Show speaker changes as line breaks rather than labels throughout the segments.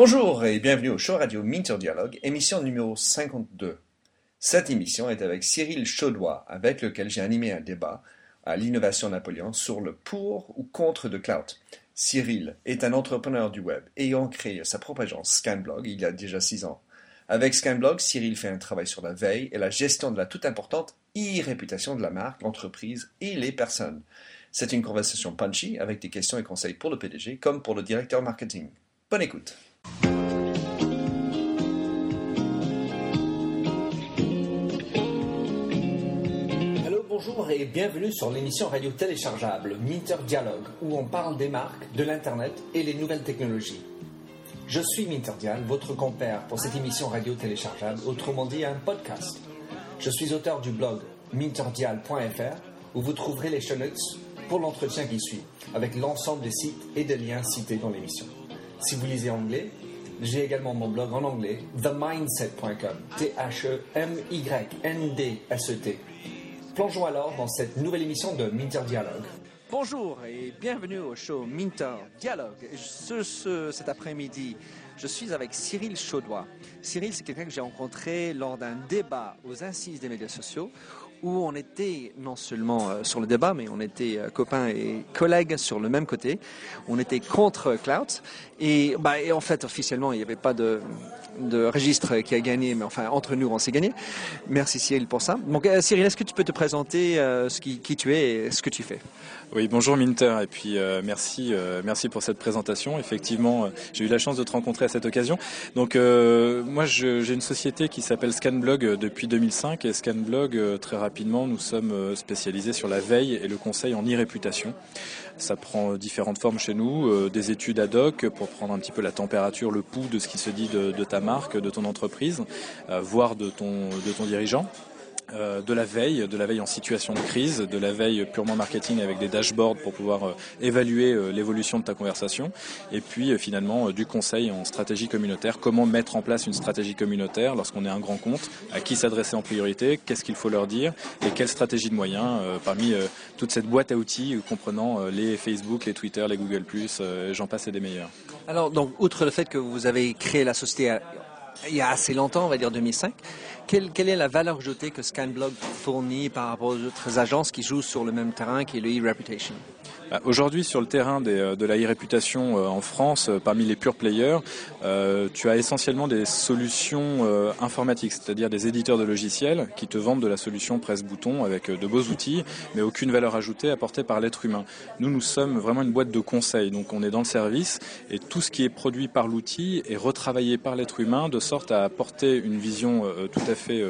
Bonjour et bienvenue au show radio Minter Dialogue, émission numéro 52. Cette émission est avec Cyril Chaudoy, avec lequel j'ai animé un débat à l'Innovation Napoléon sur le pour ou contre de cloud. Cyril est un entrepreneur du web ayant créé sa propre agence Scanblog il y a déjà 6 ans. Avec Scanblog, Cyril fait un travail sur la veille et la gestion de la toute importante e-réputation de la marque, l'entreprise et les personnes. C'est une conversation punchy avec des questions et conseils pour le PDG comme pour le directeur marketing. Bonne écoute.
Allô, bonjour et bienvenue sur l'émission radio téléchargeable Minter Dialogue où on parle des marques, de l'internet et les nouvelles technologies. Je suis Minter Dial, votre compère pour cette émission radio téléchargeable, autrement dit un podcast. Je suis auteur du blog minterdial.fr où vous trouverez les show notes pour l'entretien qui suit, avec l'ensemble des sites et des liens cités dans l'émission. Si vous lisez anglais, j'ai également mon blog en anglais, themindset.com, Themyndset. Plongeons alors dans cette nouvelle émission de Minter Dialogue. Bonjour et bienvenue au show Minter Dialogue. Cet après-midi, je suis avec Cyril Chaudoy. Cyril, c'est quelqu'un que j'ai rencontré lors d'un débat aux Assises des médias sociaux où on était non seulement sur le débat, mais on était copains et collègues sur le même côté. On était contre Cloud. Et en fait, officiellement, il n'y avait pas de registre qui a gagné, mais enfin, entre nous, on s'est gagné. Merci Cyril pour ça. Donc Cyril, est-ce que tu peux te présenter qui tu es et ce que tu fais ?
Oui, bonjour Minter, et puis merci pour cette présentation. Effectivement, j'ai eu la chance de te rencontrer à cette occasion. Donc moi, j'ai une société qui s'appelle Scanblog depuis 2005, et Scanblog, très rapidement, nous sommes spécialisés sur la veille et le conseil en e-réputation. Ça prend différentes formes chez nous, des études ad hoc pour prendre un petit peu la température, le pouls de ce qui se dit de ta marque, de ton entreprise, voire de ton dirigeant. De la veille en situation de crise, de la veille purement marketing avec des dashboards pour pouvoir évaluer l'évolution de ta conversation, et puis finalement du conseil en stratégie communautaire, comment mettre en place une stratégie communautaire lorsqu'on est un grand compte, à qui s'adresser en priorité, qu'est-ce qu'il faut leur dire et quelle stratégie de moyens parmi toute cette boîte à outils comprenant les Facebook, les Twitter, les Google+, j'en passe et des meilleurs.
Alors donc, outre le fait que vous avez créé la société il y a assez longtemps, on va dire 2005, quelle est la valeur ajoutée que Scanblog fournit par rapport aux autres agences qui jouent sur le même terrain qui est le e-reputation ?
Aujourd'hui, sur le terrain de la e-réputation en France, parmi les pure players, tu as essentiellement des solutions informatiques, c'est-à-dire des éditeurs de logiciels qui te vendent de la solution presse-bouton avec de beaux outils, mais aucune valeur ajoutée apportée par l'être humain. Nous sommes vraiment une boîte de conseil, donc on est dans le service et tout ce qui est produit par l'outil est retravaillé par l'être humain de sorte à apporter une vision tout à fait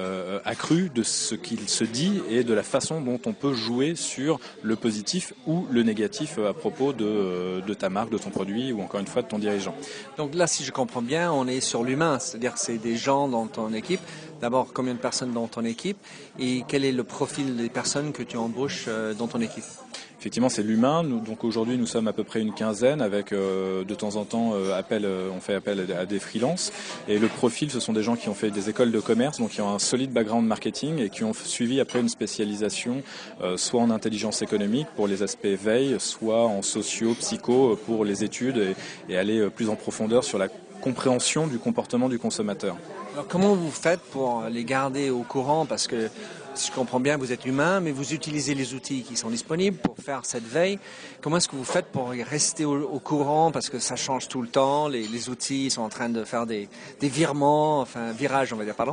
accrue de ce qu'il se dit et de la façon dont on peut jouer sur le positif ou le négatif à propos de ta marque, de ton produit ou encore une fois de ton dirigeant.
Donc là, si je comprends bien, on est sur l'humain, c'est-à-dire que c'est des gens dans ton équipe. D'abord, combien de personnes dans ton équipe et quel est le profil des personnes que tu embauches dans ton équipe ?
Effectivement, c'est l'humain. Donc aujourd'hui, nous sommes à peu près une quinzaine avec de temps en temps on fait appel à des freelances. Et le profil, ce sont des gens qui ont fait des écoles de commerce, donc qui ont un solide background marketing et qui ont suivi après une spécialisation soit en intelligence économique pour les aspects veille, soit en socio, psycho pour les études et aller plus en profondeur sur la compréhension du comportement du consommateur.
Alors comment vous faites pour les garder au courant ? Parce que si je comprends bien, vous êtes humain, mais vous utilisez les outils qui sont disponibles pour faire cette veille. Comment est-ce que vous faites pour rester au courant ? Parce que ça change tout le temps, les outils sont en train de faire des virements, enfin virages on va dire, pardon,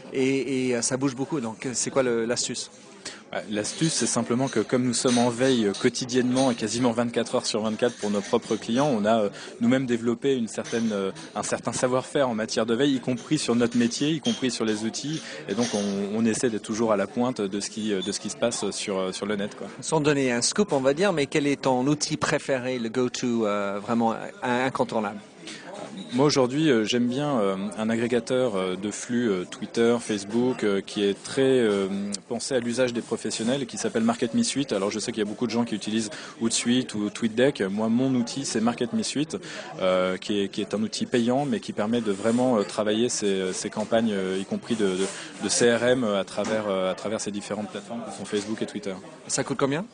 et ça bouge beaucoup. Donc c'est quoi l'astuce ?
L'astuce, c'est simplement que comme nous sommes en veille quotidiennement et quasiment 24 heures sur 24 pour nos propres clients, on a nous-mêmes développé un certain savoir-faire en matière de veille, y compris sur notre métier, y compris sur les outils. Et donc, on essaie d'être toujours à la pointe de ce qui se passe sur le net, quoi.
Sans donner un scoop, on va dire, mais quel est ton outil préféré, le go-to, vraiment incontournable ?
Moi aujourd'hui j'aime bien un agrégateur de flux Twitter, Facebook qui est très pensé à l'usage des professionnels et qui s'appelle MarketMeSuite. Alors je sais qu'il y a beaucoup de gens qui utilisent Hootsuite ou TweetDeck. Moi mon outil c'est MarketMeSuite qui est un outil payant mais qui permet de vraiment travailler ces campagnes y compris de CRM à travers ces différentes plateformes qui sont Facebook et Twitter.
Ça coûte combien ?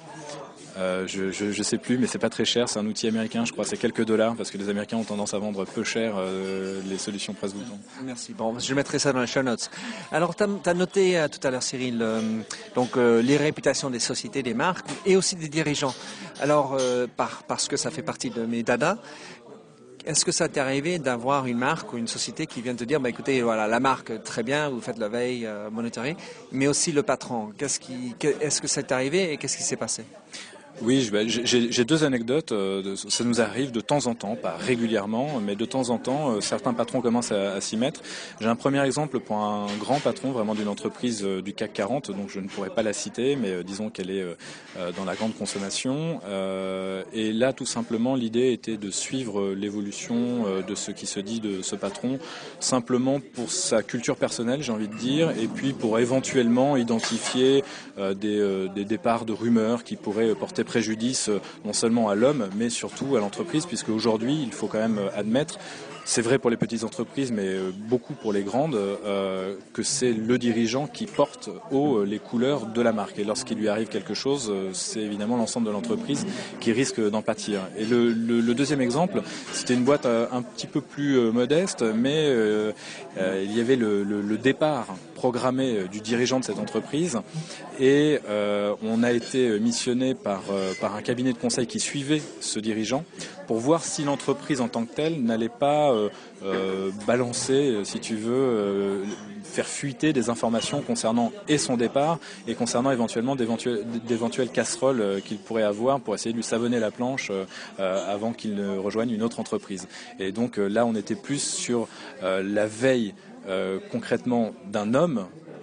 Je sais plus, mais c'est pas très cher. C'est un outil américain, je crois. C'est quelques dollars parce que les Américains ont tendance à vendre peu cher les solutions presse-bouton.
Merci. Bon, je mettrai ça dans les show notes. Alors, tu as noté tout à l'heure, Cyril, les réputations des sociétés, des marques et aussi des dirigeants. Alors, parce que ça fait partie de mes dadas, est-ce que ça t'est arrivé d'avoir une marque ou une société qui vient te dire, écoutez, voilà, la marque, très bien, vous faites la veille monétaire, mais aussi le patron. Est-ce que ça t'est arrivé et qu'est-ce qui s'est passé?
Oui, j'ai deux anecdotes. Ça nous arrive de temps en temps, pas régulièrement, mais de temps en temps, certains patrons commencent à s'y mettre. J'ai un premier exemple pour un grand patron vraiment d'une entreprise du CAC 40, donc je ne pourrais pas la citer, mais disons qu'elle est dans la grande consommation. Et là, tout simplement, l'idée était de suivre l'évolution de ce qui se dit de ce patron, simplement pour sa culture personnelle, j'ai envie de dire, et puis pour éventuellement identifier des départs de rumeurs qui pourraient porter préjudice non seulement à l'homme, mais surtout à l'entreprise, puisque aujourd'hui, il faut quand même admettre, c'est vrai pour les petites entreprises, mais beaucoup pour les grandes, que c'est le dirigeant qui porte haut les couleurs de la marque. Et lorsqu'il lui arrive quelque chose, c'est évidemment l'ensemble de l'entreprise qui risque d'en pâtir. Et le deuxième exemple, c'était une boîte un petit peu plus modeste, mais il y avait le départ programmé du dirigeant de cette entreprise et on a été missionné par un cabinet de conseil qui suivait ce dirigeant pour voir si l'entreprise en tant que telle n'allait pas balancer, si tu veux, faire fuiter des informations concernant et son départ et concernant éventuellement d'éventuelles casseroles qu'il pourrait avoir pour essayer de lui savonner la planche avant qu'il ne rejoigne une autre entreprise. Et donc là, on était plus sur la veille concrètement d'un homme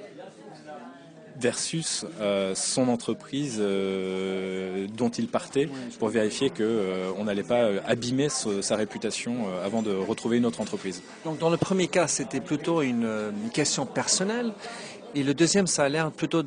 versus son entreprise dont il partait pour vérifier qu'on n'allait pas abîmer sa réputation avant de retrouver une autre entreprise.
Donc dans le premier cas, c'était plutôt une question personnelle. Et le deuxième, ça a l'air plutôt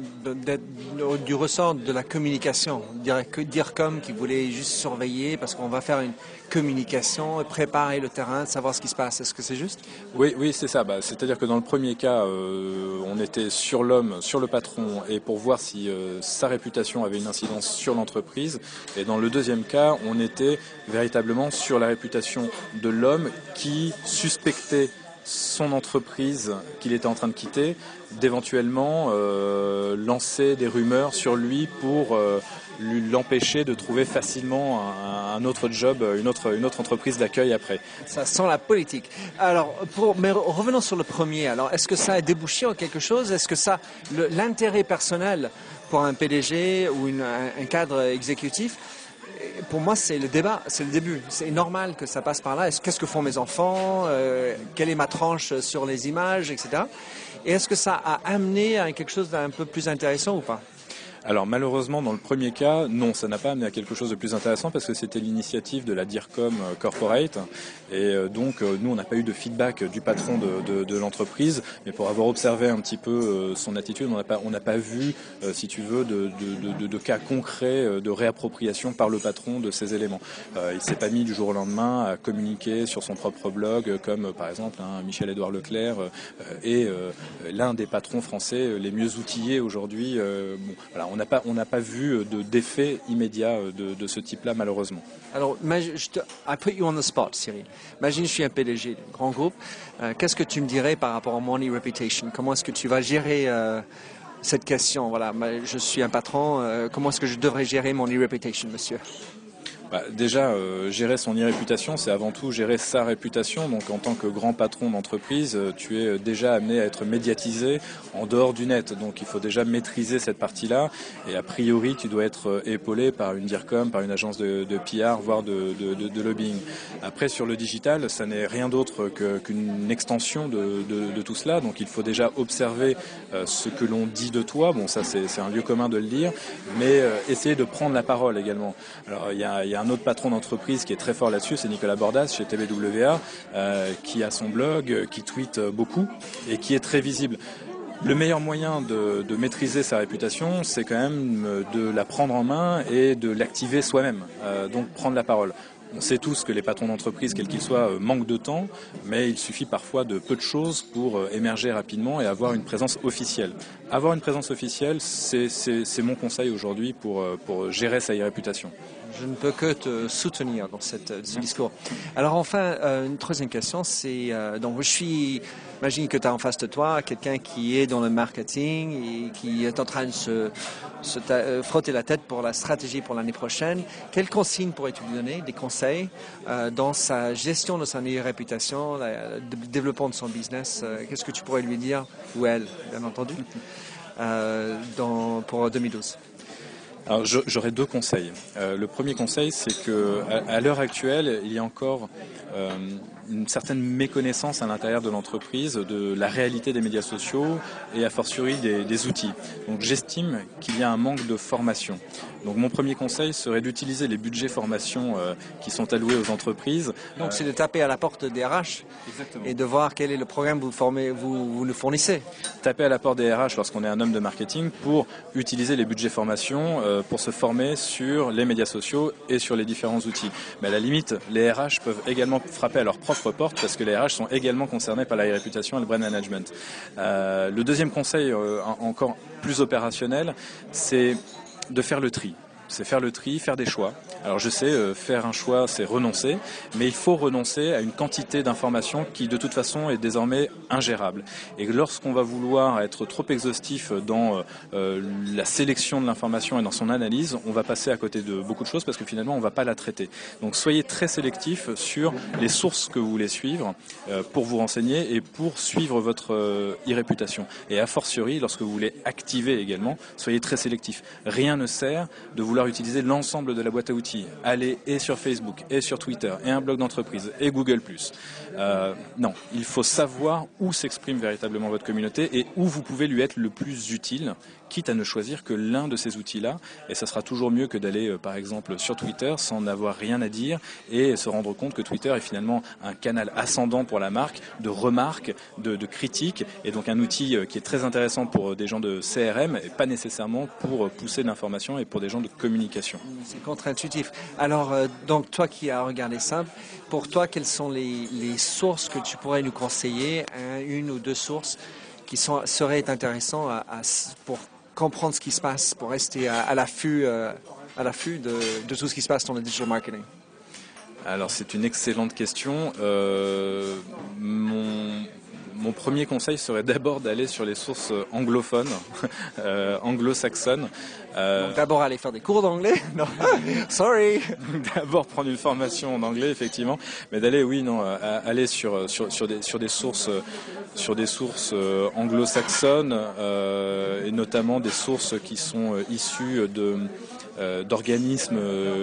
du ressort de la communication. DIRCOM qui voulait juste surveiller parce qu'on va faire une communication, préparer le terrain, savoir ce qui se passe. Est-ce que c'est juste?
Oui, c'est ça. C'est-à-dire que dans le premier cas, on était sur l'homme, sur le patron, et pour voir si sa réputation avait une incidence sur l'entreprise. Et dans le deuxième cas, on était véritablement sur la réputation de l'homme qui suspectait son entreprise qu'il était en train de quitter, d'éventuellement lancer des rumeurs sur lui pour l'empêcher de trouver facilement un autre job, une autre entreprise d'accueil après.
Ça sent la politique. Alors, mais revenons sur le premier. Alors, est-ce que ça a débouché en quelque chose? Est-ce que l'intérêt personnel pour un PDG ou un cadre exécutif, pour moi, c'est le débat, c'est le début. C'est normal que ça passe par là. Qu'est-ce que font mes enfants? Quelle est ma tranche sur les images, etc. Et est-ce que ça a amené à quelque chose d'un peu plus intéressant ou pas?
Alors malheureusement, dans le premier cas, non, ça n'a pas amené à quelque chose de plus intéressant parce que c'était l'initiative de la DIRCOM Corporate et donc nous, on n'a pas eu de feedback du patron de l'entreprise, mais pour avoir observé un petit peu son attitude, on n'a pas vu, si tu veux, de cas concrets de réappropriation par le patron de ces éléments. Il s'est pas mis du jour au lendemain à communiquer sur son propre blog, comme par exemple Michel-Édouard Leclerc est l'un des patrons français les mieux outillés aujourd'hui. Voilà, on n'a pas vu d'effet immédiat de ce type-là, malheureusement.
Alors, I put you on the spot, Cyril. Imagine, je suis un PDG d'un grand groupe. Qu'est-ce que tu me dirais par rapport à money reputation? Comment est-ce que tu vas gérer cette question? Voilà, je suis un patron. Comment est-ce que je devrais gérer money reputation, monsieur?
Déjà, gérer son irréputation, c'est avant tout gérer sa réputation. Donc, en tant que grand patron d'entreprise, tu es déjà amené à être médiatisé en dehors du net. Donc, il faut déjà maîtriser cette partie-là. Et a priori, tu dois être épaulé par une DIRCOM, par une agence de PR, voire de lobbying. Après, sur le digital, ça n'est rien d'autre qu'une extension de tout cela. Donc, il faut déjà observer ce que l'on dit de toi. Bon, ça, c'est un lieu commun de le dire. Mais essayer de prendre la parole également. Alors, il y a un autre patron d'entreprise qui est très fort là-dessus, c'est Nicolas Bordas chez TBWA, qui a son blog, qui tweete beaucoup et qui est très visible. Le meilleur moyen de maîtriser sa réputation, c'est quand même de la prendre en main et de l'activer soi-même, donc prendre la parole. On sait tous que les patrons d'entreprise, quels qu'ils soient, manquent de temps, mais il suffit parfois de peu de choses pour émerger rapidement et avoir une présence officielle. Avoir une présence officielle, c'est mon conseil aujourd'hui pour gérer sa réputation.
Je ne peux que te soutenir dans ce discours. Alors enfin, une troisième question, c'est donc j'imagine que tu as en face de toi quelqu'un qui est dans le marketing et qui est en train de se frotter la tête pour la stratégie pour l'année prochaine. Quelles consignes pourrais-tu lui donner, des conseils dans sa gestion de sa réputation, le développement de son business? Qu'est-ce que tu pourrais lui dire, ou elle, bien entendu, pour 2012?
Alors j'aurais 2 conseils. Le premier conseil, c'est que à l'heure actuelle, il y a encore une certaine méconnaissance à l'intérieur de l'entreprise de la réalité des médias sociaux et a fortiori des outils. Donc j'estime qu'il y a un manque de formation. Donc mon premier conseil serait d'utiliser les budgets formation qui sont alloués aux entreprises.
Donc c'est de taper à la porte des RH.
Exactement.
Et de voir quel est le programme que vous nous fournissez.
Taper à la porte des RH lorsqu'on est un homme de marketing pour utiliser les budgets formation pour se former sur les médias sociaux et sur les différents outils. Mais à la limite, les RH peuvent également frapper à leur propre porte parce que les RH sont également concernés par la réputation et le brand management. Le deuxième conseil, encore plus opérationnel, c'est de faire le tri. C'est faire le tri, faire des choix. Alors je sais, faire un choix, c'est renoncer, mais il faut renoncer à une quantité d'informations qui de toute façon est désormais ingérable. Et lorsqu'on va vouloir être trop exhaustif dans la sélection de l'information et dans son analyse, on va passer à côté de beaucoup de choses parce que finalement on ne va pas la traiter. Donc soyez très sélectif sur les sources que vous voulez suivre pour vous renseigner et pour suivre votre e-réputation. Et a fortiori, lorsque vous voulez activer également, soyez très sélectif. Rien ne sert de vouloir utiliser l'ensemble de la boîte à outils. Allez et sur Facebook, et sur Twitter, et un blog d'entreprise, et Google+. Non, il faut savoir où s'exprime véritablement votre communauté et où vous pouvez lui être le plus utile, quitte à ne choisir que l'un de ces outils-là. Et ça sera toujours mieux que d'aller, par exemple, sur Twitter sans n'avoir rien à dire et se rendre compte que Twitter est finalement un canal ascendant pour la marque, de remarques, de critiques, et donc un outil qui est très intéressant pour des gens de CRM et pas nécessairement pour pousser de l'information et pour des gens de communication.
C'est contre-intuitif. Alors, donc toi qui as regardé ça, pour toi, quelles sont les sources que tu pourrais nous conseiller, une ou deux sources qui seraient intéressantes pour comprendre ce qui se passe, pour rester à l'affût de tout ce qui se passe dans le digital marketing?
Alors c'est une excellente question. Mon premier conseil serait d'abord d'aller sur les sources anglophones, anglo-saxonnes.
Donc d'abord aller faire des cours d'anglais? Non, sorry.
D'abord prendre une formation en anglais, effectivement, mais d'aller, aller sur des sources anglo-saxonnes et notamment des sources qui sont issues d'organismes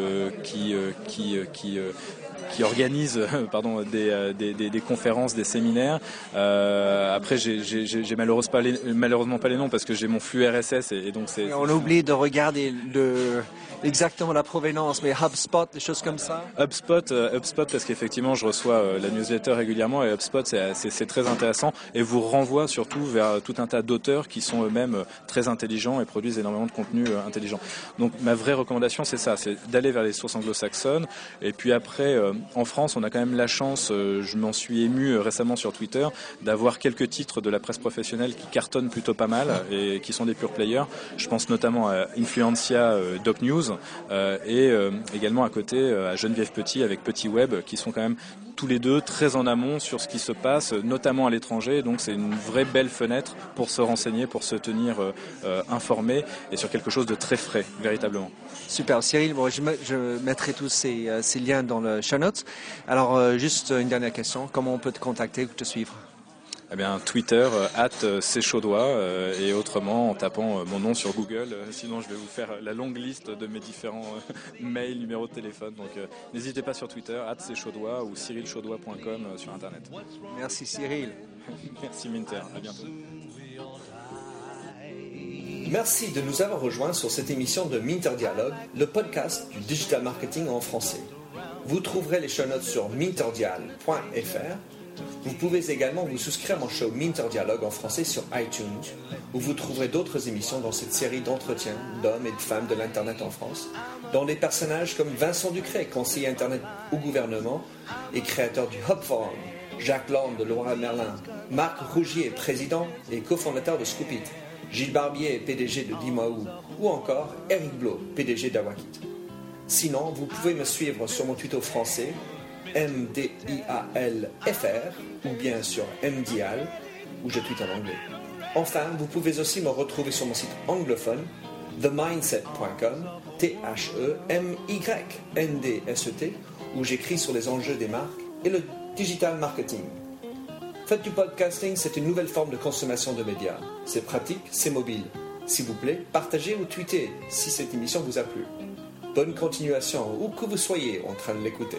qui organisent des conférences, des séminaires. Après, j'ai malheureusement pas les noms parce que j'ai mon flux RSS et donc c'est.
On oublie de regarder exactement la provenance, mais HubSpot, des choses comme ça.
HubSpot parce qu'effectivement je reçois la newsletter régulièrement et HubSpot c'est très intéressant et vous renvoie surtout vers tout un tas d'auteurs qui sont eux-mêmes très intelligents et produisent énormément de contenu intelligent. Donc ma vraie recommandation c'est ça, c'est d'aller vers les sources anglo-saxonnes et puis après en France on a quand même la chance, je m'en suis ému récemment sur Twitter, d'avoir quelques titres de la presse professionnelle qui cartonnent plutôt pas mal et qui sont des pure players. Je pense notamment à Influencia Doc News et également à côté à Geneviève Petit avec Petit Web qui sont quand même tous les deux très en amont sur ce qui se passe, notamment à l'étranger. Donc c'est une vraie belle fenêtre pour se renseigner, pour se tenir informé et sur quelque chose de très frais, véritablement.
Super, Cyril. Bon, je mettrai tous ces liens dans le show notes. Alors, juste une dernière question. Comment on peut te contacter ou te suivre?
Eh bien, Twitter, @cchaudois et autrement en tapant mon nom sur Google. Sinon, je vais vous faire la longue liste de mes différents mails, numéros de téléphone. Donc, n'hésitez pas sur Twitter, @cchaudois ou cyrilchaudois.com sur Internet.
Merci Cyril.
Merci Minter, à bientôt.
Merci de nous avoir rejoints sur cette émission de Minter Dialogue, le podcast du digital marketing en français. Vous trouverez les show notes sur minterdial.fr. Vous pouvez également vous souscrire à mon show Minter Dialogue en français sur iTunes, où vous trouverez d'autres émissions dans cette série d'entretiens d'hommes et de femmes de l'Internet en France, dont des personnages comme Vincent Ducret, conseiller Internet au gouvernement et créateur du Hub Forum, Jacques Lorne de Laura Merlin, Marc Rougier, président et cofondateur de Scoopit, Gilles Barbier, PDG de Dimaou, ou encore Eric Blo, PDG d'Awakit. Sinon, vous pouvez me suivre sur mon tuto français, MDIALFR, ou bien sur MDIAL, où je tweete en anglais. Enfin, vous pouvez aussi me retrouver sur mon site anglophone, themindset.com, THEMYNDSET, où j'écris sur les enjeux des marques et le digital marketing. Faites du podcasting, c'est une nouvelle forme de consommation de médias. C'est pratique, c'est mobile. S'il vous plaît, partagez ou tweetez si cette émission vous a plu. Bonne continuation, où que vous soyez en train de l'écouter.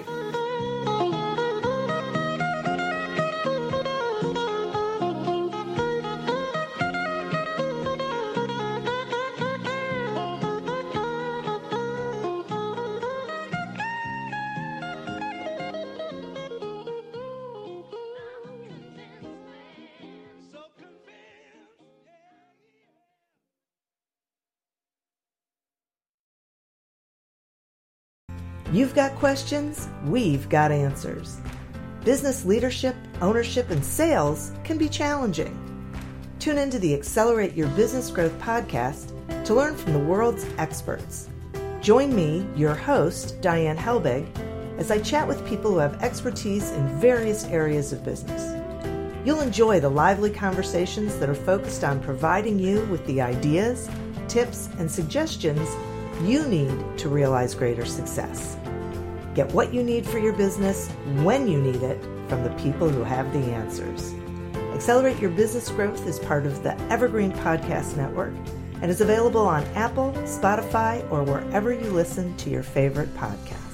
You've got questions, we've got answers. Business leadership, ownership, and sales can be challenging. Tune into the Accelerate Your Business Growth podcast to learn from the world's experts. Join me, your host, Diane Helbig, as I chat with people who have expertise in various areas of business. You'll enjoy the lively conversations that are focused on providing you with the ideas, tips, and suggestions you need to realize greater success. Get what you need for your business when you need it from the people who have the answers. Accelerate Your Business Growth is part of the Evergreen Podcast Network and is available on Apple, Spotify, or wherever you listen to your favorite podcasts.